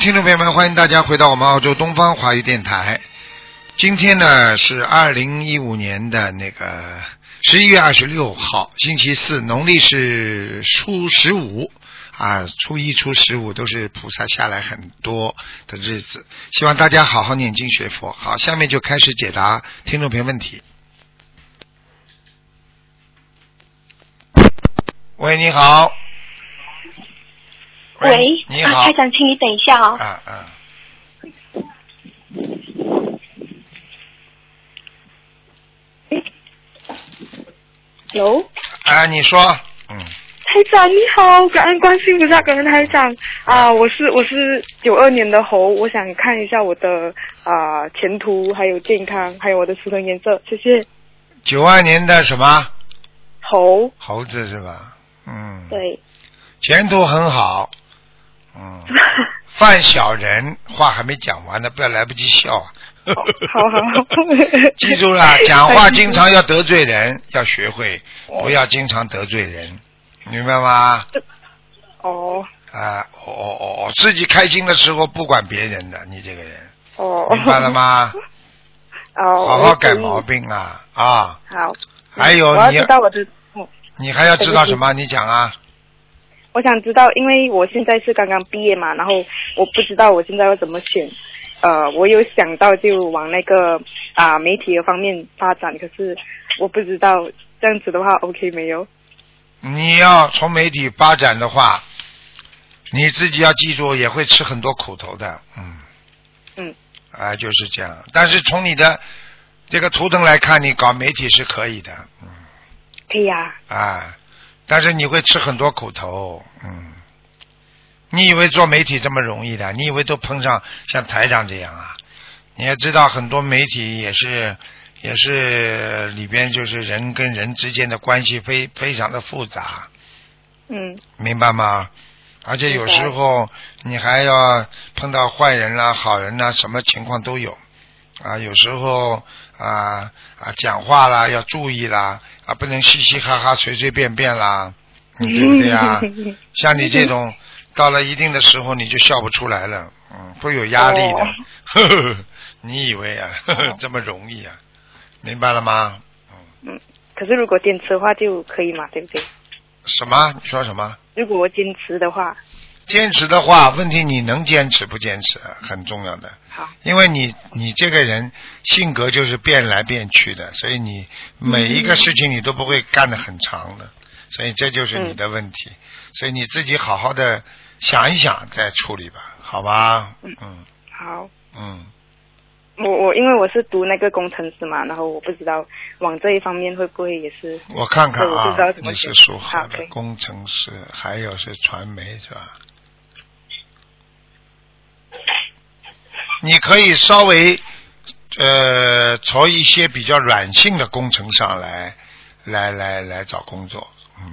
听众朋友们，欢迎大家回到我们澳洲东方华语电台。今天呢是2015年的那个11月26号，星期四，农历是初15啊，初一、初15都是菩萨下来很多的日子。希望大家好好念经学佛。好，下面就开始解答听众朋友问题。喂，你好。 喂， 你好， 台长，请你等一下哦。Hello。 你说。 台长你好，感恩观世音菩萨，感恩台长我是92年的猴，我想看一下我的前途，还有健康，还有我的图腾颜色，谢谢。 92年的什么？ 猴子是吧？ 对。 前途很好。犯小人，话还没讲完呢，不要来不及笑啊。 好。 记住了，讲话经常要得罪人，要学会不要经常得罪人，明白吗？自己开心的时候不管别人的，你这个人。明白了吗？好好改毛病啊！好。还有你还要知道什么？你讲啊。 我想知道，因为我现在是刚刚毕业嘛，然后我不知道我现在要怎么选。我有想到就往那个媒体的方面发展，可是我不知道这样子的话 OK 没有？ 你要从媒体发展的话，你自己要记住，也会吃很多苦头的。就是这样。但是从你的这个图腾来看，你搞媒体是可以的。 可以呀。 但是你会吃很多苦头。你以为做媒体这么容易的？你以为都碰上像台长这样啊？你要知道，很多媒体也是里边就是人跟人之间的关系非常的复杂。明白吗？而且有时候你还要碰到坏人啦、好人啦，什么情况都有。有时候讲话啦要注意啦，不能嘻嘻哈哈随随便便啦，对不对啊？像你这种到了一定的时候你就笑不出来了，会有压力的。你以为这么容易啊？明白了吗？ 可是如果坚持的话就可以嘛，对不对？ 什么？你说什么？ 如果我坚持的话。 坚持的话，问题你能坚持不坚持很重要的。 好。 因为你这个人性格就是变来变去的，所以你每一个事情你都不会干得很长的，所以这就是你的问题。所以你自己好好的想一想再处理吧，好吧？ 好。我因为我是读那个工程师嘛，然后我不知道往这一方面会不会也是。 我看看你是属好的工程师，还有是传媒是吧？你可以稍微从一些比较软性的工程上来找工作。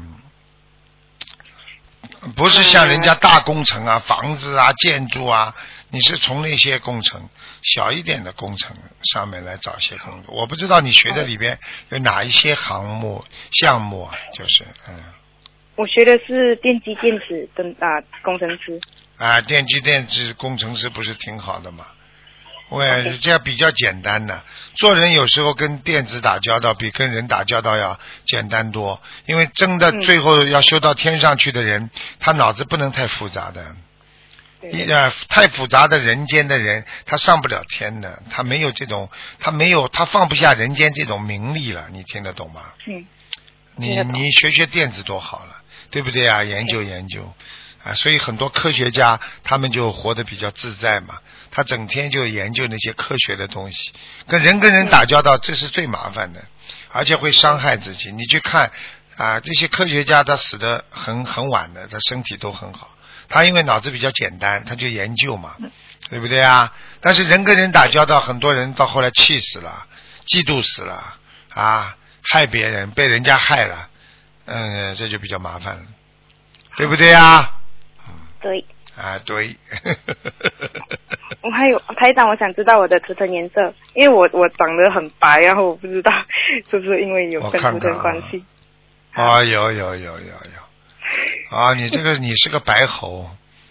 不是像人家大工程啊、房子啊、建筑啊，你是从那些工程小一点的工程上面来找些工作。我不知道你学的里边有哪一些项目啊？就是我学的是电机电子跟工程师。 电机电子工程师不是挺好的吗？这样比较简单的。做人有时候跟电子打交道比跟人打交道要简单多，因为真的最后要修到天上去的人，他脑子不能太复杂的。太复杂的人间的人，他上不了天的，他没有这种，他放不下人间这种名利了，你听得懂吗？你学电子多好了，对不对啊？研究所以很多科学家他们就活得比较自在嘛，他整天就研究那些科学的东西，跟人打交道，这是最麻烦的，而且会伤害自己。你去看这些科学家他死得很晚的，他身体都很好，他因为脑子比较简单，他就研究嘛，对不对啊？但是人跟人打交道，很多人到后来气死了，嫉妒死了害别人，被人家害了，这就比较麻烦了，对不对啊？ 对。 对。 我还有台长，我想知道我的图腾颜色，因为我长得很白，然后我不知道是不是因为有跟图腾关系。 有。你这个你是个白猴。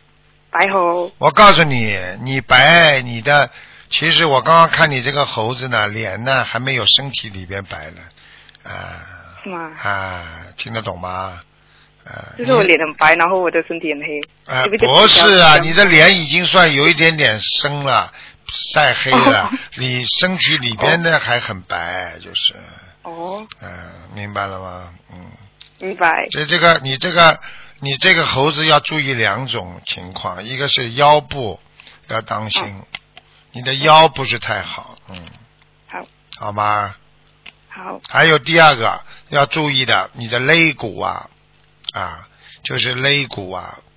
白猴。 我告诉你，你白，你的，其实我刚刚看你这个猴子呢，脸呢还没有身体里边白呢， 是吗？ 听得懂吗？ 就是我脸很白，然后我的身体很黑。 不是啊，你的脸已经算有一点点深了，晒黑了，你身体里边的还很白，就是。明白了吗？ 明白。 你这个猴子要注意两种情况，一个是腰部要当心，你的腰不是太好，好吗？ 好。 还有第二个要注意的，你的肋骨就是肋骨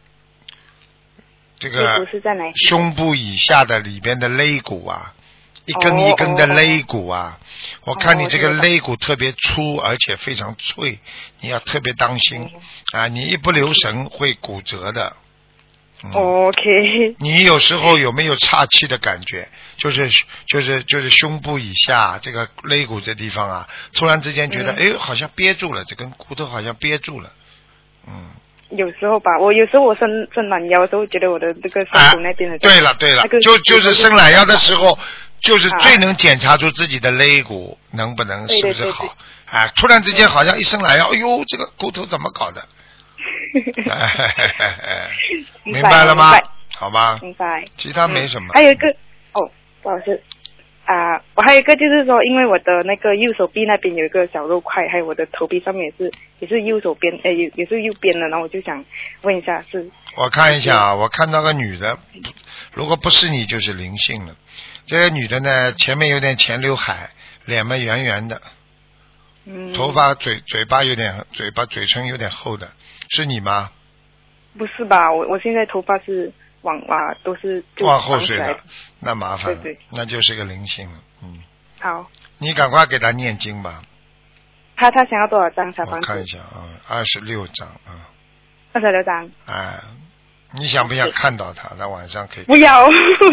这个胸部以下的里边的肋骨一根一根的肋骨我看你这个肋骨特别粗，而且非常脆，你要特别当心你一不留神会骨折的。 OK。 你有时候有没有岔气的感觉？就是胸部以下这个肋骨这地方突然之间觉得好像憋住了，这根骨头好像憋住了。 有时候吧，我有时候伸懒腰的时候，觉得我的这个胸部那边的。 对了，就是伸懒腰的时候，就是最能检查出自己的肋骨能不能是不是好。突然之间好像一伸懒腰，哎呦，这个骨头怎么搞的？明白了吗？好吧。 明白。 其他没什么。 还有一个不好意思我还有一个就是说，因为我的那个右手臂那边有一个小肉块，还有我的头皮上面也是右手边也是右边的，然后我就想问一下是。 我看一下我看到个女的，如果不是你就是灵性了。这个女的呢，前面有点前刘海，脸嘛圆圆的，头发嘴唇有点厚的，是你吗？ 不是吧，我现在头发是都是往后睡的，那麻烦了， 对， 那就是个灵性了。 好， 你赶快给他念经吧。 他想要多少张小房子？ 我看一下26张 26张。 你想不想看到他？他晚上可以。 不要，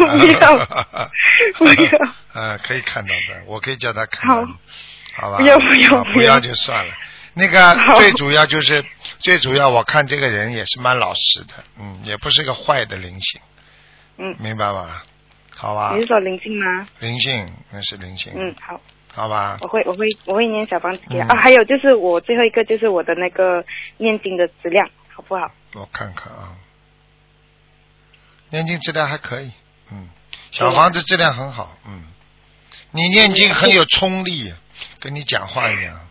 不要。可以看到的，我可以叫他看到。好吧。不要就算了。那个最主要我看这个人也是蛮老实的，也不是个坏的灵性，明白吗？好吧。 你是说灵性吗？ 灵性，那是灵性。 好。 好吧。 我会念小房子给他还有就是我最后一个就是我的那个念经的质量好不好？ 我看看念经质量还可以，小房子质量很好，你念经很有冲力，跟你讲话一样。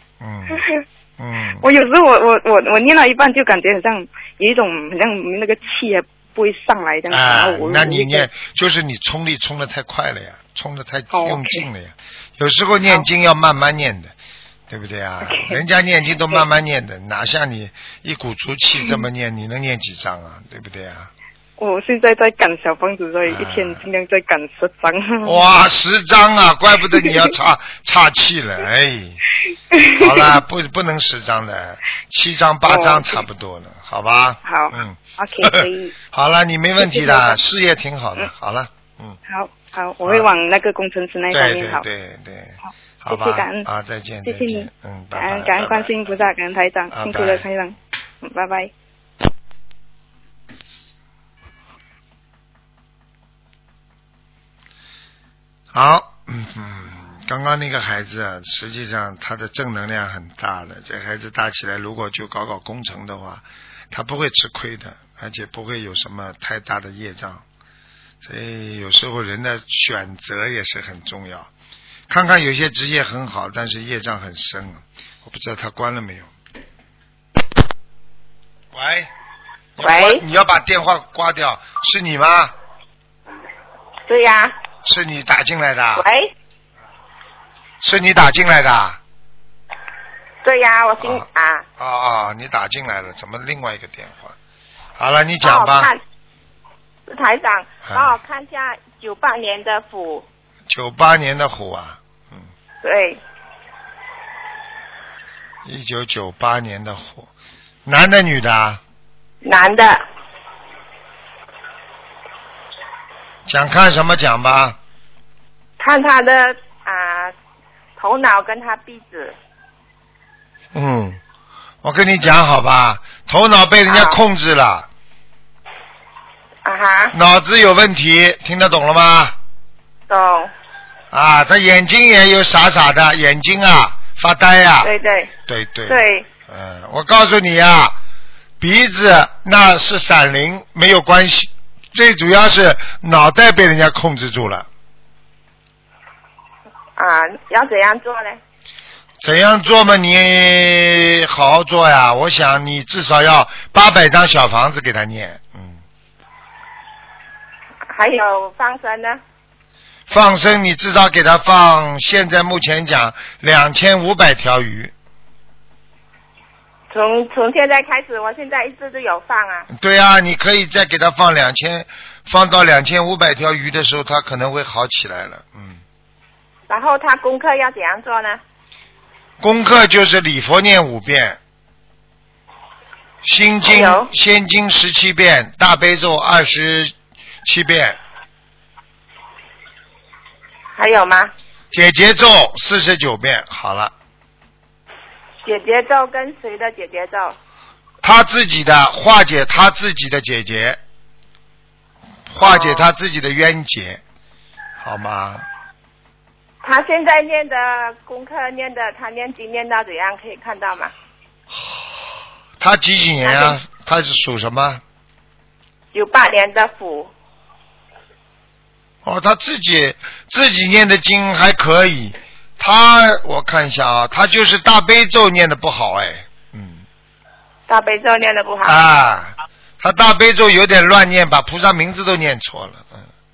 我有时候我念到一半就感觉很像有一种很像那个气也不会上来这样子。 那你念就是你冲力冲得太快了呀，冲得太用劲了呀。有时候念经要慢慢念的，对不对啊？人家念经都慢慢念的，哪像你一鼓足气这么念，你能念几张啊？对不对啊？ 我现在在赶小房子，所以一天尽量在赶10张。 哇，10张啊，怪不得你要岔气了，好了，不能10张的，7张8张差不多了，好吧？ 好，OK 可以。 好了，你没问题的，事业挺好的，好了， 好，我会往那个工程师那方面好。 对， 好吧，谢谢感恩再见， 谢谢你， 感恩观世音菩萨，感恩台长，辛苦了台长，拜拜。 好，刚刚那个孩子实际上他的正能量很大的，这孩子大起来如果就搞工程的话，他不会吃亏的，而且不会有什么太大的业障。所以有时候人的选择也是很重要。看看有些职业很好，但是业障很深，我不知道他关了没有。喂，你要把电话挂掉，是你吗？ 对呀。 是你打进来的？ 喂， 是你打进来的？ 对呀，我你打进来了，怎么另外一个电话？好了，你讲吧。 台长，帮我看一下98年的虎。 98年的虎啊？ 对。 1998年的虎，男的女的？ 男的。 想看什么讲吧？ 看他的头脑跟他鼻子。 我跟你讲好吧，头脑被人家控制了。 哈。 脑子有问题，听得懂了吗？ 懂。 啊，他眼睛也有傻傻的，眼睛啊发呆呀。 对对。 对对。 对。 我告诉你啊，鼻子那是闪灵，没有关系，最主要是脑袋被人家控制住了。 啊，要怎样做呢？ 怎样做嘛？你好好做呀！我想你至少要800张小房子给他念， 还有放生呢？ 放生你至少给他放，现在目前讲2500条鱼。 从现在开始，我现在一直都有放啊。 对啊，你可以再给他放放到2500条鱼的时候，他可能会好起来了。 然后他功课要怎样做呢？ 功课就是礼佛念5遍，心经先经17遍，大悲咒27遍。 还有吗？ 解结咒49遍，好了。 解结咒跟谁的解结咒？ 他自己的，化解他自己的解结，化解他自己的冤结，好吗？ 他现在念的功课念的，他念经念到怎样？可以看到吗？ 他几年啊？他是属什么 ？98年的虎。 哦，他自己念的经还可以。我看一下啊，他就是大悲咒念的不好哎。 大悲咒念的不好。 啊，他大悲咒有点乱念，把菩萨名字都念错了。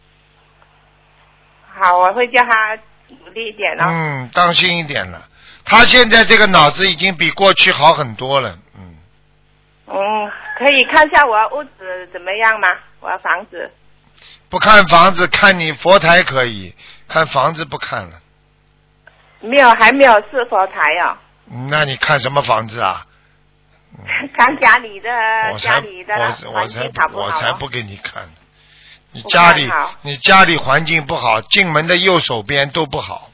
好，我会叫他努力一点了。 当心一点了。他现在这个脑子已经比过去好很多了。 可以看一下我的屋子怎么样吗？我的房子。 不看房子，看你佛台可以，看房子不看了。 还没有是佛台哦。 那你看什么房子啊？ 看家里的环境好不好？ 我才不给你看。你家里环境不好，进门的右手边都不好。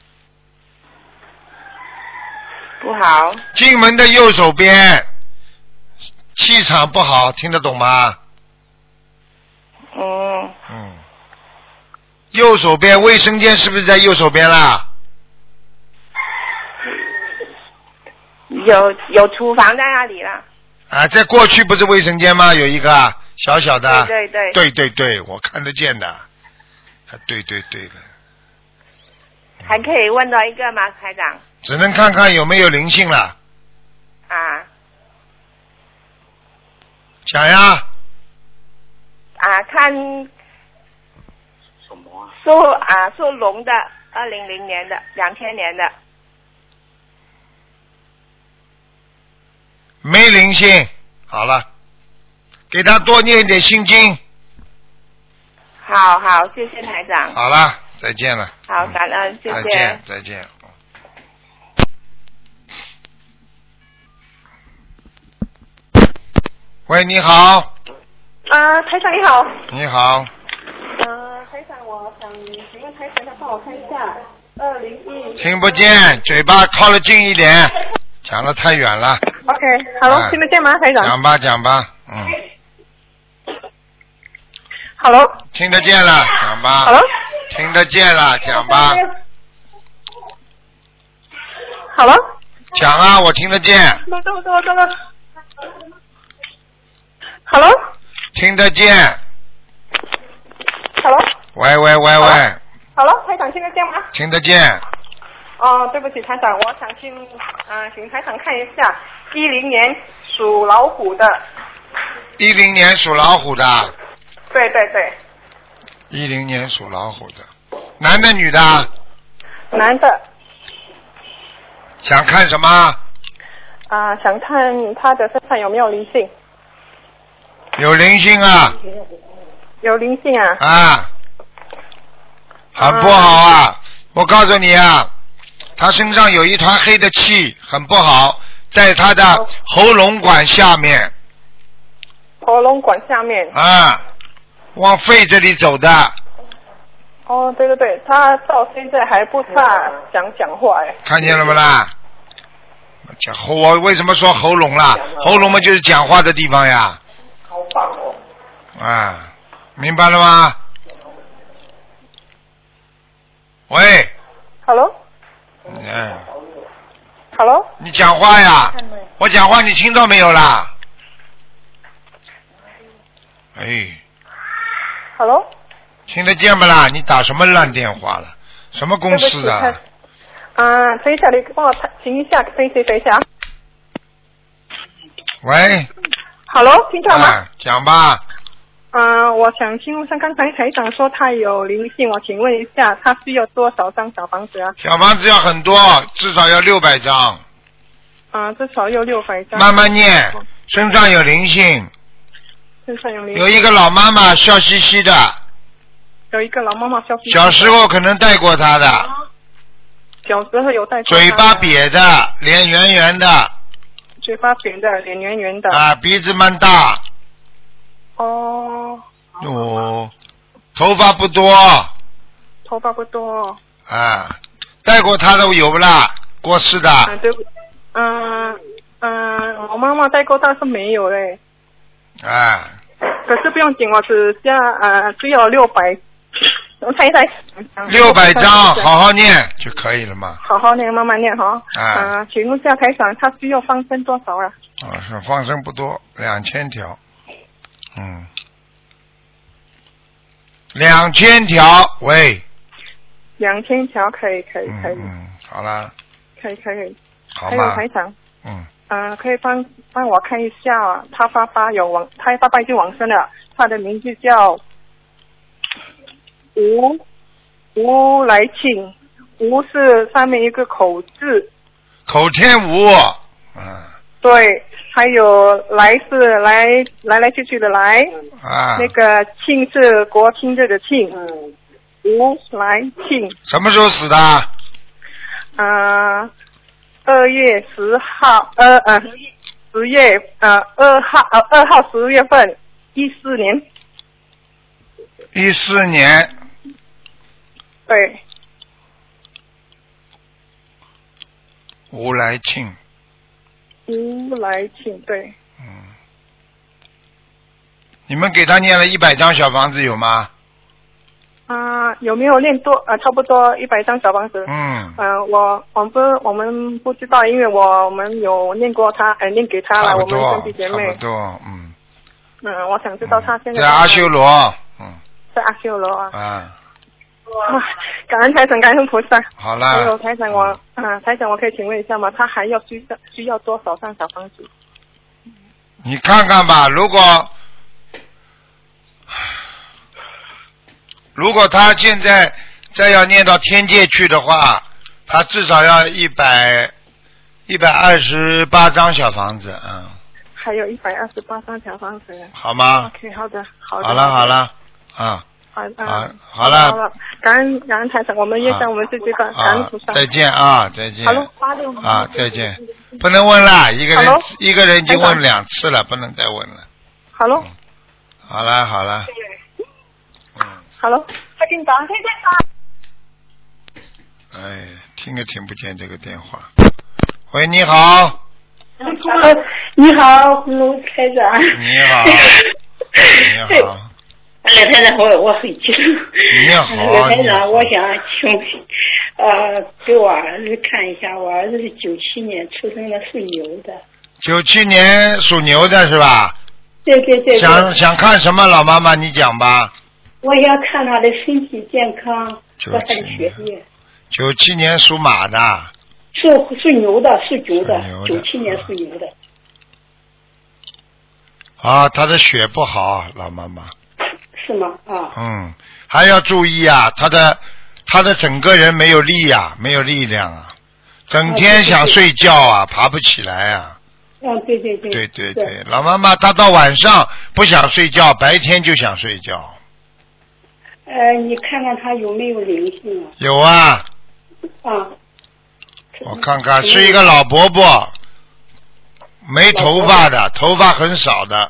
不好。 进门的右手边气场不好，听得懂吗？右手边卫生间是不是在右手边啦？ 有厨房在那里了。 啊，在过去不是卫生间吗？有一个小小的。 对， 我看得见的。对的。 还可以问到一个吗，台长？ 只能看看有没有灵性了。讲呀。 看什么？属龙的，2000年的，2000年的。 没灵性，好了，给他多念一点心经。 好，谢谢台长。 好了，再见了。 好，感恩，谢谢。 再见。喂，你好。 台长你好。 你好。 台长，我想请问台长，帮我看一下2011。 听不见，嘴巴靠得近一点，讲得太远了。 OK，Hello，听得见吗，台长？ 讲吧。 Hello。 听得见了，讲吧。 Hello。 听得见了，讲吧。 Hello。 讲啊，我听得见。 等。Hello。 听得见。 Hello。 喂。 Hello，台长听得见吗？ 听得见。 对不起，台长，我想请台长看一下10年属老虎的。 10年属老虎的。 对。 10年属老虎的，男的女的？ 男的。 想看什么？ 想看他的身上有没有灵性。 有灵性啊。 有灵性啊。 很不好啊！我告诉你啊，他身上有一团黑的气，很不好，在他的喉咙管下面。 喉咙管下面。 往肺这里走的。 对，他到现在还不大想讲话哎。 看见了不啦？我为什么说喉咙啦？喉咙嘛就是讲话的地方呀。 好棒哦。 明白了吗？喂。 Hello。 哎。 Hello。 你讲话呀！我讲话你听到没有啦？哎。 Hello。 听得见不啦？你打什么烂电话了？什么公司的？ 等一下，你帮我停一下，等一下。 喂。 Hello， 听到吗？ 讲吧。 我想请问，像刚才台长说他有灵性，我请问一下，他需要多少张小房子啊？ 小房子要很多，至少要600张。 至少要600张。 慢慢念，身上有灵性。 身上有灵性。 有一个老妈妈笑嘻嘻的。 有一个老妈妈笑嘻嘻的。 小时候可能带过她的。 小时候有带过她的。 嘴巴瘪的，脸圆圆的。 嘴巴扁的，脸圆圆的。 鼻子蛮大。 哦， 头发不多。 头发不多。 带过他的有不啦？过世的。 对不，我妈妈带过，但是没有嘞。可是不用紧，我只需要600。我猜一猜。 600张，好好念就可以了嘛。 好好念，慢慢念哈。请问下台长，他需要放生多少啊？ 放生不多，2000条。2000条，喂。 2000条可以。 好啦。 可以。 好还有台长。可以帮我看一下，他爸爸已经往生了，他的名字叫吴来庆，吴是上面一个口字。 口天吴。 对。还有来是来去去的来，那个庆是国庆日的庆，吴来庆。 什么时候死的 ？2月10号，10月2号10月份，14年。 14年。 对。 吴来庆。 吴来庆，对。 你们给他念了100张小房子有吗？ 有没有念多？差不多100张小房子。我们不知道，因为我们有念过他，念给他了，我们兄弟姐妹。 差不多。 我想知道他现在在阿修罗。 在阿修罗啊。感恩台长，感恩菩萨。 好了。 还有台长，台长，我可以请问一下吗？他还要需要多少张小房子？ 你看看吧，如果他现在再要念到天界去的话，他至少要128张小房子。 还有128张小房子。 好吗 ？OK， 好的。好了。好了， 感恩台长，我们业障我们自己办，感恩菩萨。 再见。 好了，86。 再见。不能问了，一个人已经问2次了，不能再问了。 好了。 好了。好了，他给你打。 听也听不见这个电话。喂，你好。 你好，卢台长。 你好。 台长，我很激动。 你好。 台长，我想请给我儿子看一下，我儿子是97年出生的，属牛的。 97年属牛的是吧？ 对。 想看什么，老妈妈你讲吧。 我想看他的身体健康和他的学业。 97年属马的。 属牛的，97年属牛的。 他的血不好，老妈妈。 是吗？ 还要注意啊，他的整个人没有力啊，没有力量啊，整天想睡觉爬不起来啊。对，老妈妈她到晚上不想睡觉，白天就想睡觉。 你看看他有没有灵性啊？ 有啊。我看看，是一个老伯伯，没头发的，头发很少的。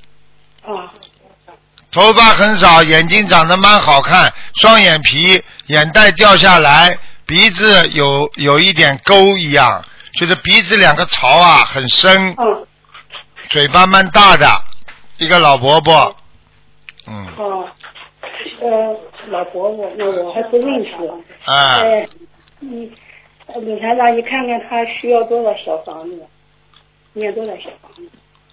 头发很少，眼睛长得蛮好看，双眼皮，眼袋掉下来，鼻子有一点沟一样，就是鼻子2个槽很深。嘴巴蛮大的，一个老伯伯。 哦，老伯伯，那我还不认识。 啊。 鲁台长，你看看他需要多少小房子？念多少小房子？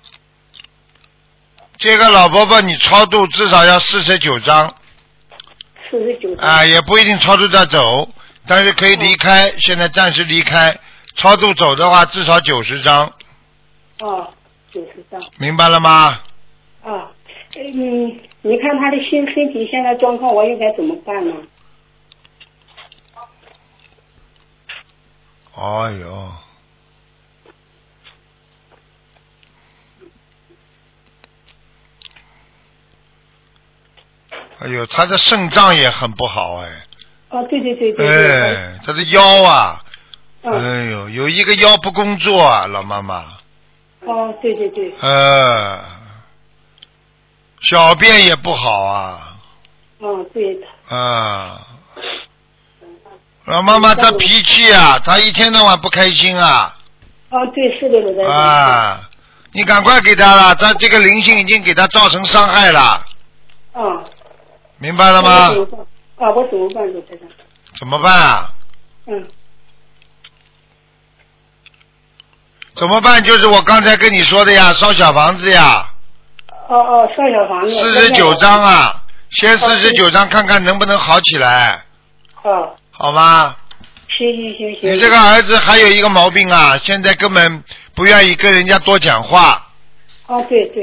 这个老伯伯，你超度至少要49张。 49张。 啊，也不一定超度再走，但是可以离开，现在暂时离开。超度走的话，至少90张。 哦，90张。 明白了吗？ 啊，你看他的身体现在状况，我应该怎么办呢？ 哎呦，哎呦，他的肾脏也很不好哎。 哦，对。 哎，他的腰啊，哎呦，有一个腰不工作啊，老妈妈。 哦，对。 小便也不好啊。 对的。 老妈妈，她脾气啊，她一天到晚不开心啊。 对，是的，鲁台长。 啊，你赶快给她了，她这个灵性已经给她造成伤害了。明白了吗？ 我怎么办，鲁台长？ 怎么办啊？怎么办？就是我刚才跟你说的呀，烧小房子呀。 烧小房子。 49张啊，先49张，看看能不能好起来。好吗？ 行。 你这个儿子还有一个毛病啊，现在根本不愿意跟人家多讲话。 对。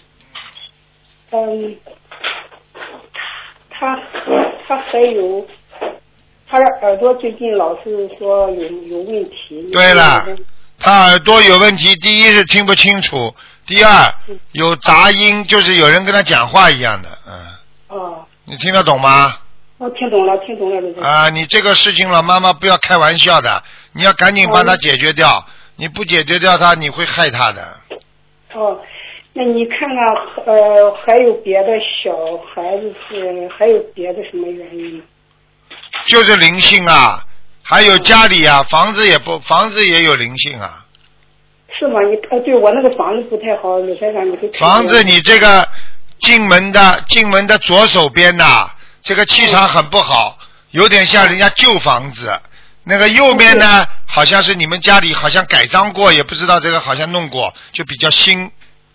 他还有，他的耳朵最近老是说有问题。 对了，他耳朵有问题，第一是听不清楚，第二有杂音，就是有人跟他讲话一样的。你听得懂吗？ 听懂了， 啊，你这个事情了，妈妈不要开玩笑的，你要赶紧把它解决掉，你不解决掉它，你会害他的。 那你看看，还有别的小孩子还有别的什么原因吗？ 就是灵性啊，还有家里啊，房子也有灵性啊。 是吗？对，我那个房子不太好，鲁台长，你会看。 房子你这个进门的左手边呐，这个气场很不好，有点像人家旧房子。那个右边呢，好像是你们家里好像改装过，也不知道这个好像弄过，就比较新。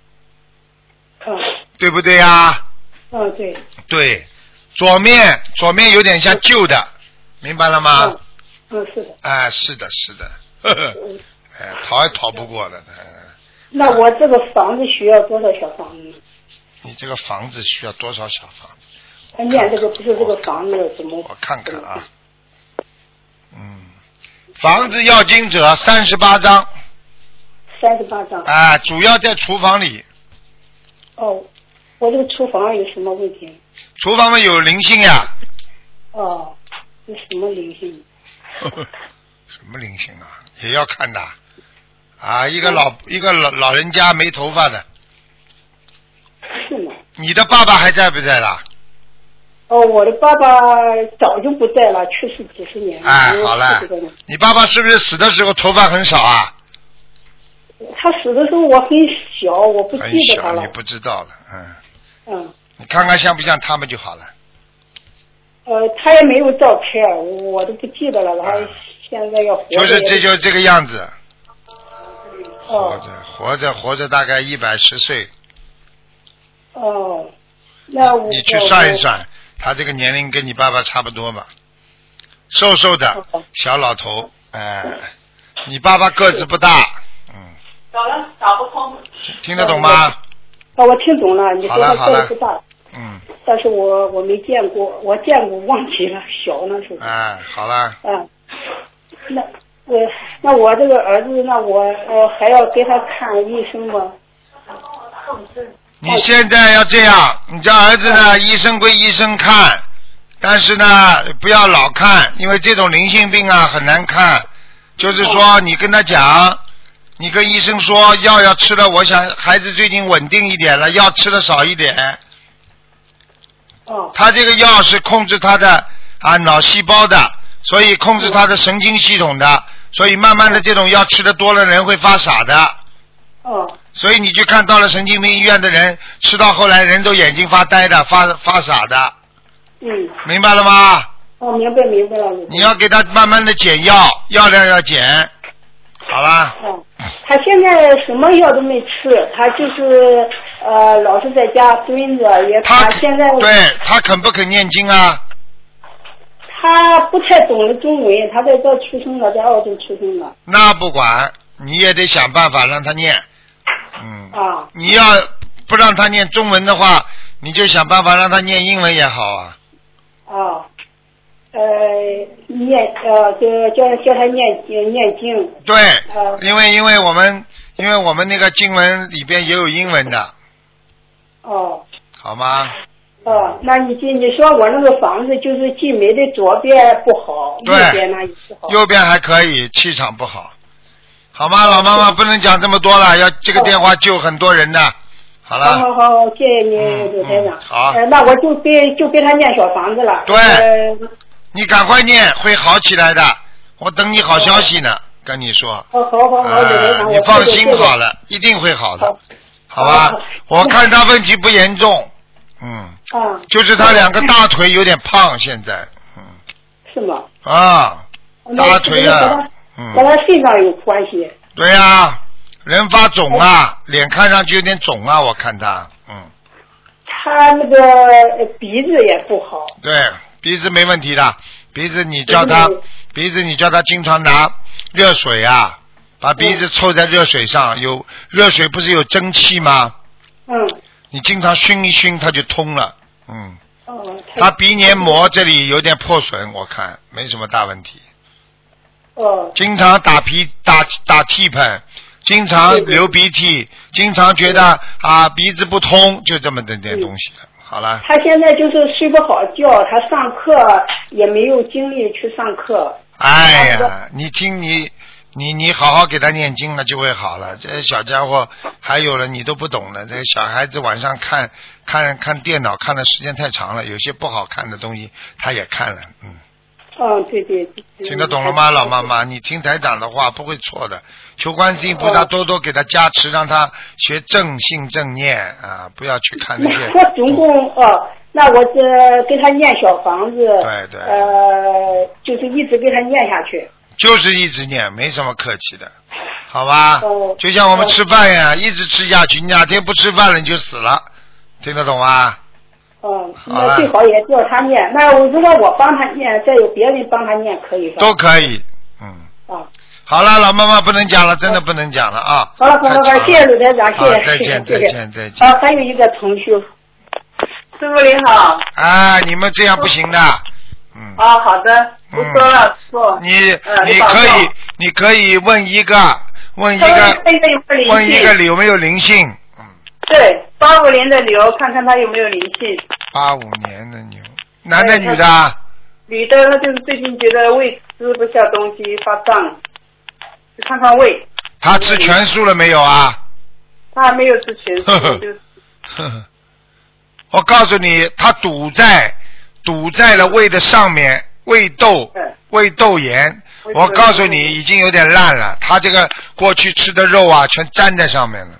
对不对呀？ 对。 对，左面有点像旧的，明白了吗？ 是的。 是的。呵呵。逃也逃不过的。 那我这个房子需要多少小房子？ 你这个房子需要多少小房子？ 念这个不是这个房子怎么？ 我看看啊。房子要经者38张。 38张。 主要在厨房里。 我这个厨房有什么问题？ 厨房有灵性呀。 有什么灵性？ 什么灵性啊？也要看的。一个老人家没头发的。 是吗？ 你的爸爸还在不在啦？ 我的爸爸早就不在了，去世几十年了。 好了。你爸爸是不是死的时候头发很少啊？ 他死的时候我很小，我不记得他了。 你不知道了，你看看像不像他们就好了。 他也没有照片，我都不记得了。他现在要活着。 就是这个样子。活着大概110岁。 那你去算一算，他这个年龄跟你爸爸差不多吧？瘦瘦的小老头，你爸爸个子不大。 打不通。 听得懂吗？ 我听懂了，你说他个子不大。但是我没见过，我见过忘记了，小那时候。 好了。 那我这个儿子，那我还要给他看医生吗？ 你现在要这样，你这儿子呢，医生归医生看，但是呢不要老看，因为这种灵性病啊很难看。就是说你跟他讲，你跟医生说药要吃的，我想孩子最近稳定一点了，药吃的少一点。他这个药是控制他的脑细胞的，所以控制他的神经系统的，所以慢慢的这种药吃的多了人会发傻的。 哦。 所以你去看到了神经病医院的人，吃到后来人都眼睛发呆的，发傻的。明白了吗？ 哦，明白了。 你要给他慢慢的减药，药量要减，好了。 哦，他现在什么药都没吃，他就是老是在家蹲着，也他现在对他肯不肯念经啊？ 他不太懂得中文，他在这出生的，在澳洲出生的。 那不管，你也得想办法让他念。你要不让他念中文的话，你就想办法让他念英文也好啊。叫他念经。 对，因为我们那个经文里边也有英文的。好吗？ 那你说我那个房子就是进门的左边不好，右边那也不好。 右边还可以，气场不好。好吗，老妈妈不能讲这么多了，要这个电话救很多人的。好了。 好，谢谢你，刘台长。 好。 那我就给他念小房子了。 对。你赶快念，会好起来的。我等你好消息呢，跟你说。 好， 你放心好了，一定会好的，好吧？我看他问题不严重，就是他两个大腿有点胖，现在， 是吗？ 大腿啊， 跟他身上有关系。 对呀，人发肿啊，脸看上去有点肿啊，我看他， 他那个鼻子也不好。 对。鼻子没问题的，鼻子你叫他经常拿热水啊，把鼻子凑在热水上，有热水不是有蒸汽吗？你经常熏一熏，它就通了。他鼻黏膜这里有点破损，我看没什么大问题。经常打屁喷，经常流鼻涕，经常觉得鼻子不通，就这么点东西了。好了。 他现在就是睡不好觉，他上课也没有精力去上课。 哎呀，你好好给他念经了就会好了。这小家伙还有了你都不懂了，这小孩子晚上看电脑看的时间太长了，有些不好看的东西他也看了。 对。 听得懂了吗，老妈妈？你听台长的话不会错的。求观世音菩萨多多给他加持，让他学正信正念啊，不要去看那些。 我总共那我给他念小房子。 对。 就是一直给他念下去。 就是一直念，没什么客气的，好吧？就像我们吃饭呀，一直吃下去，你哪天不吃饭了你就死了，听得懂吗？ 那最好也叫他念。那如果我帮他念，再有别人帮他念，可以吧？ 都可以。好了，老妈妈不能讲了，真的不能讲了啊！ 好了，谢谢鲁台长，谢谢。 再见。 还有一个同学， 师傅您好。 你们这样不行的。 好的，不说了，师傅。 你可以问一个有没有灵性。 对，85年的牛，看看他有没有灵性。 85年的牛，男的女的？ 女的，她就是最近觉得胃吃不下东西，发胀，去看看胃。 他吃全素了没有啊？ 他还没有吃全素，就是。 我告诉你，他堵在了胃的上面，胃窦炎。我告诉你，已经有点烂了。他这个过去吃的肉啊，全粘在上面了。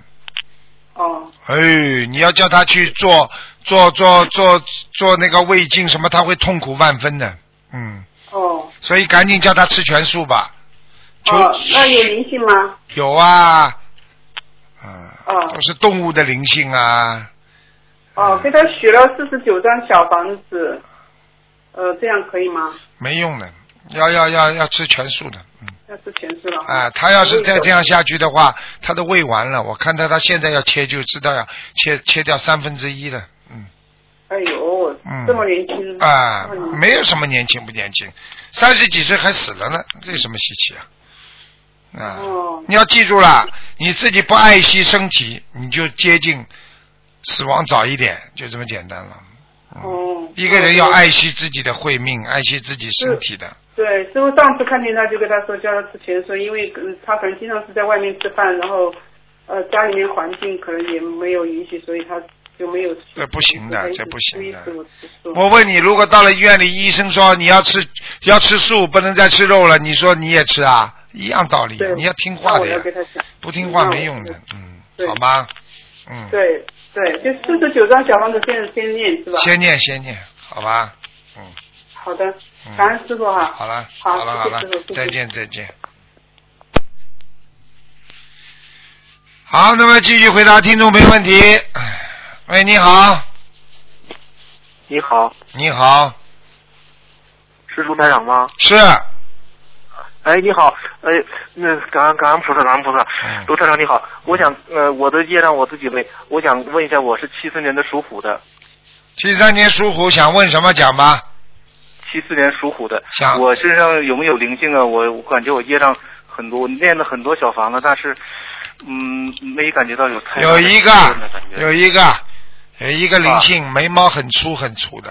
你要叫他去做那个胃镜什么，他会痛苦万分的。所以赶紧叫他吃全素吧。 那有灵性吗？ 有啊。都是动物的灵性啊。 给他许了49张小房子，这样可以吗？ 没用的，要吃全素的。 要吃全素了。 他要是再这样下去的话，他的胃完了。我看他现在要切，就知道要切掉1/3了。 哎呦，这么年轻没有什么年轻不年轻，30几岁还死了呢，这有什么稀奇啊？你要记住了，你自己不爱惜身体，你就接近死亡早一点，就这么简单了。一个人要爱惜自己的慧命，爱惜自己身体的。 对，师傅上次看见他就跟他说叫他吃全素，因为他可能经常是在外面吃饭，然后家里面环境可能也没有允许，所以他就没有。这不行的，这不行的。我问你，如果到了医院里，医生说你要吃素，不能再吃肉了，你说你也吃啊？一样道理，你要听话的呀，不听话没用的。 对好吗？ 对，就49张小房子先念是吧？ 先念，好吧？ 好的，感恩师傅哈。 好了， 好了， 谢谢师傅， 再见。好，那么继续回答听众朋友问题。喂，你好。 你好。 你好。 是卢台长吗？ 是。 哎，你好，那感恩菩萨，卢台长你好，我想我的业障我自己背，我想问一下，我是74年的属虎的。 73年属虎，想问什么讲吧 ？74年属虎的，我身上有没有灵性啊？我感觉我业障很多，我念了很多小房子，但是没感觉到有太大的有一个灵性，眉毛很粗的，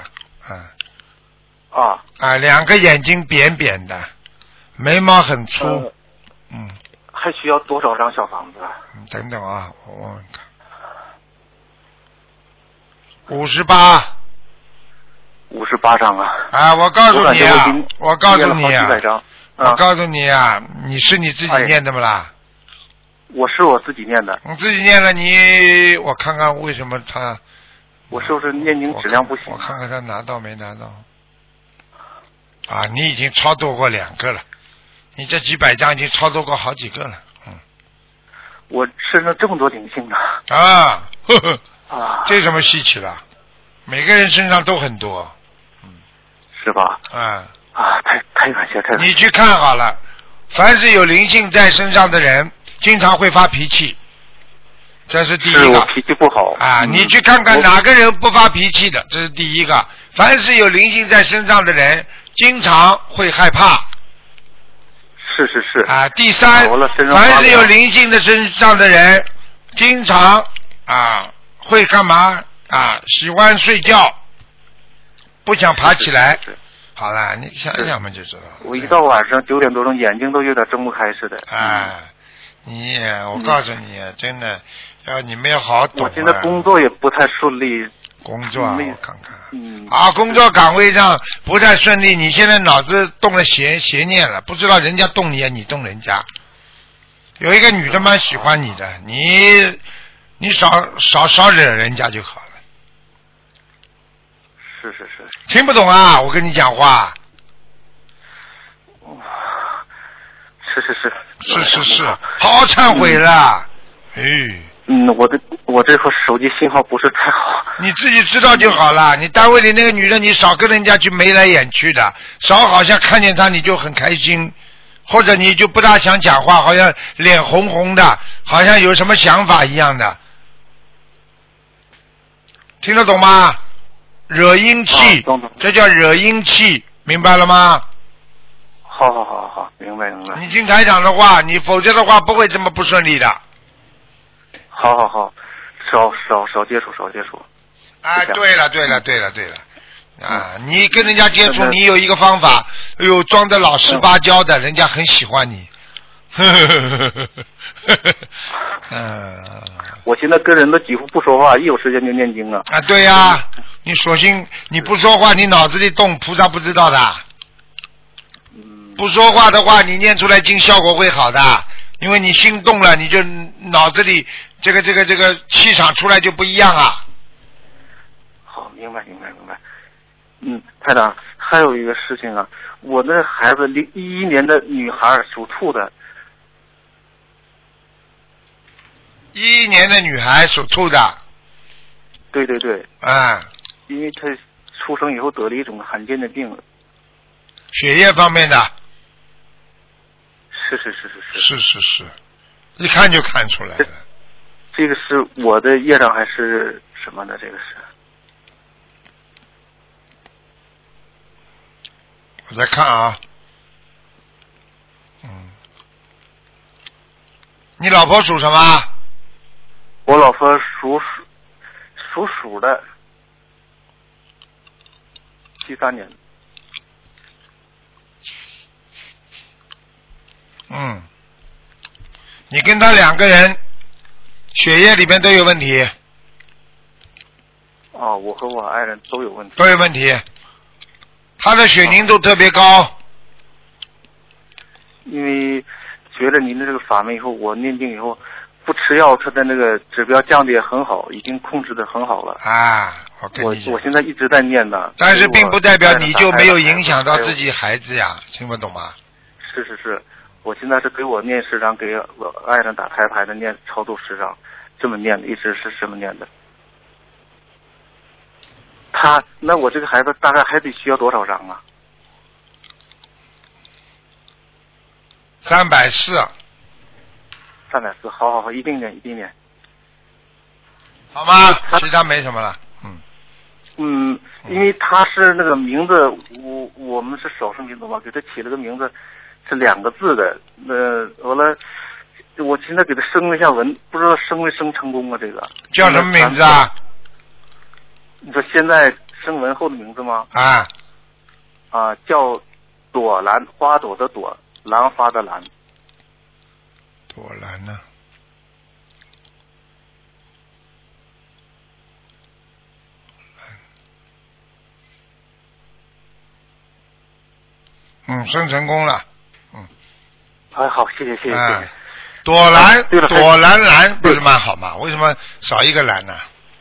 两个眼睛扁扁的，眉毛很粗， 还需要多少张小房子啊？ 等等啊，我问问看，58 张啊！ 我告诉你啊，你是你自己念的不啦？ 我是我自己念的。 你自己念了，我看看为什么他， 我是不是念经质量不行？ 我看看他拿到没拿到。你已经超度过2个了，你这几百张已经超度过好几个了。 我身上这么多灵性呢。 这什么稀奇了？每个人身上都很多。 是吧？太感谢。 你去看好了，凡是有灵性在身上的人，经常会发脾气，这是第一个。 是我脾气不好。 你去看看哪个人不发脾气的，这是第一个。凡是有灵性在身上的人，经常会害怕。 是。 第三，凡是有灵性的身上的人，经常会干嘛？喜欢睡觉，不想爬起来。好了，你想一想嘛就知道了。 我一到晚上9点多钟，眼睛都有点睁不开似的。 我告诉你，真的，你们要好好懂。 我现在工作也不太顺利。 工作我看看。工作岗位上不太顺利，你现在脑子动了邪念了，不知道人家动你，你动人家。有一个女的蛮喜欢你的，你少惹人家就好了。 是。 听不懂啊？我跟你讲话。是，好好忏悔了。 我这颗手机信号不是太好。 你自己知道就好了。你单位里那个女的，你少跟人家去眉来眼去的，少好像看见她你就很开心，或者你就不大想讲话，好像脸红红的，好像有什么想法一样的。听得懂吗？惹阴气，这叫惹阴气，明白了吗？ 好，明白。 你听台长的话，你否则的话不会这么不顺利的。 好，少接触。 对了。你跟人家接触，你有一个方法，装的老实巴交的，人家很喜欢你。 我现在跟人都几乎不说话，一有时间就念经了。 对呀，你索性你不说话，你脑子里动，菩萨不知道的。不说话的话，你念出来经效果会好的，因为你心动了，你就脑子里这个气场出来就不一样啊。 好，明白。台长，还有一个事情啊，我那孩子11年的女孩属兔的。 11年的女孩属兔的。 对。因为她出生以后得了一种罕见的病。 血液方面的。是，一看就看出来了。 这个是我的业障还是什么呢？这个是。 我再看啊。你老婆属什么？ 我老婆属鼠的，73年。 你跟他2个人血液里面都有问题。 我和我爱人都有问题。 都有问题。他的血凝度特别高。 因为学了您的这个法门以后，我念经以后， 不吃药，他的那个指标降的也很好，已经控制的很好了。 啊， 我现在一直在念的。 但是并不代表你就没有影响到自己孩子呀，听不懂吗？ 是，我现在是给我念10章，给我爱人打开牌的念超度10章，这么念的，一直是这么念的。那我这个孩子大概还得需要多少章啊 ？340。 340，好，一定念。 好吗？其他没什么了。 因为他是那个名字，我们是少数民族嘛，给他起了个名字是2个字的。完了，我现在给他升了一下文，不知道升没升成功啊？这个叫什么名字啊？ 你说现在升文后的名字吗？叫朵兰，花朵的朵，兰花的兰。 朵兰呢？生成功了。 好，谢谢。 朵兰，朵兰不是蛮好吗？为什么少一个兰呢？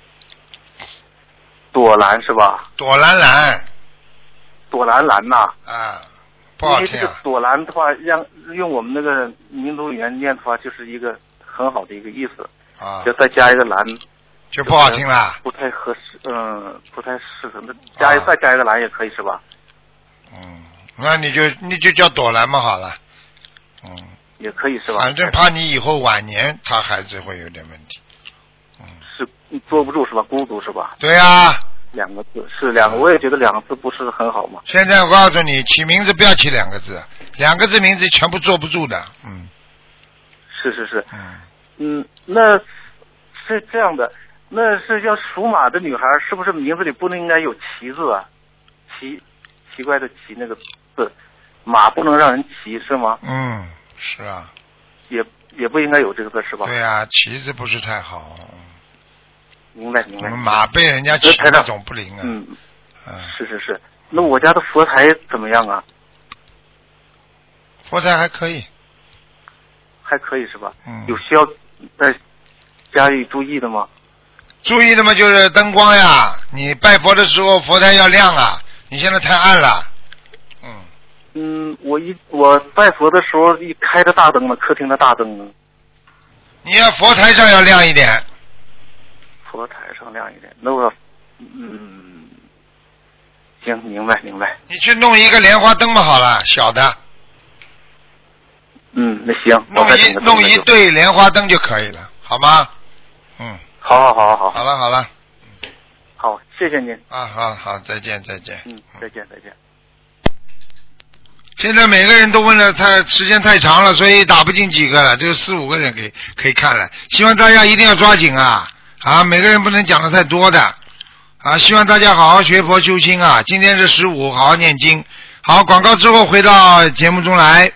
朵兰是吧？ 朵兰兰呐。 不好听啊。 因为这个朵兰的话，用我们那个民族语言念的话，就是一个很好的一个意思。就再加一个兰， 就不好听了。 不太合适，不太适合。那再加一个兰也可以是吧？ 那你就叫朵兰嘛好了。 也可以是吧？ 反正怕你以后晚年他孩子会有点问题。 是坐不住是吧？孤独是吧？ 对呀。 2个字是2个，我也觉得2个字不是很好嘛。 现在我告诉你，起名字不要起2个字，2个字名字全部坐不住的。 是。那是这样的，那是要属马的女孩，是不是名字里不能应该有骑字啊？奇怪的骑那个字，马不能让人骑是吗？ 是啊。 也不应该有这个字是吧？ 对啊，骑字不是太好。 明白。 马被人家骑那种不灵啊。 是。那我家的佛台怎么样啊？ 佛台还可以。 还可以是吧？有需要再加以注意的吗？ 注意的嘛，就是灯光呀。你拜佛的时候，佛台要亮啊。你现在太暗了。 我拜佛的时候一开着大灯呢，客厅的大灯呢。 你要佛台上要亮一点。 佛台上亮一点，那我行，明白。 你去弄一个莲花灯嘛，好了，小的。 那行。 弄一对莲花灯就可以了，好吗？ 好。 好了。 好，谢谢您。 好，再见。 再见。 现在每个人都问了，时间太长了，所以打不进几个了，只有4-5个人可以看了。希望大家一定要抓紧啊！每个人不能讲的太多的希望大家好好学佛修心啊！今天是15，好好念经。好，广告之后回到节目中来。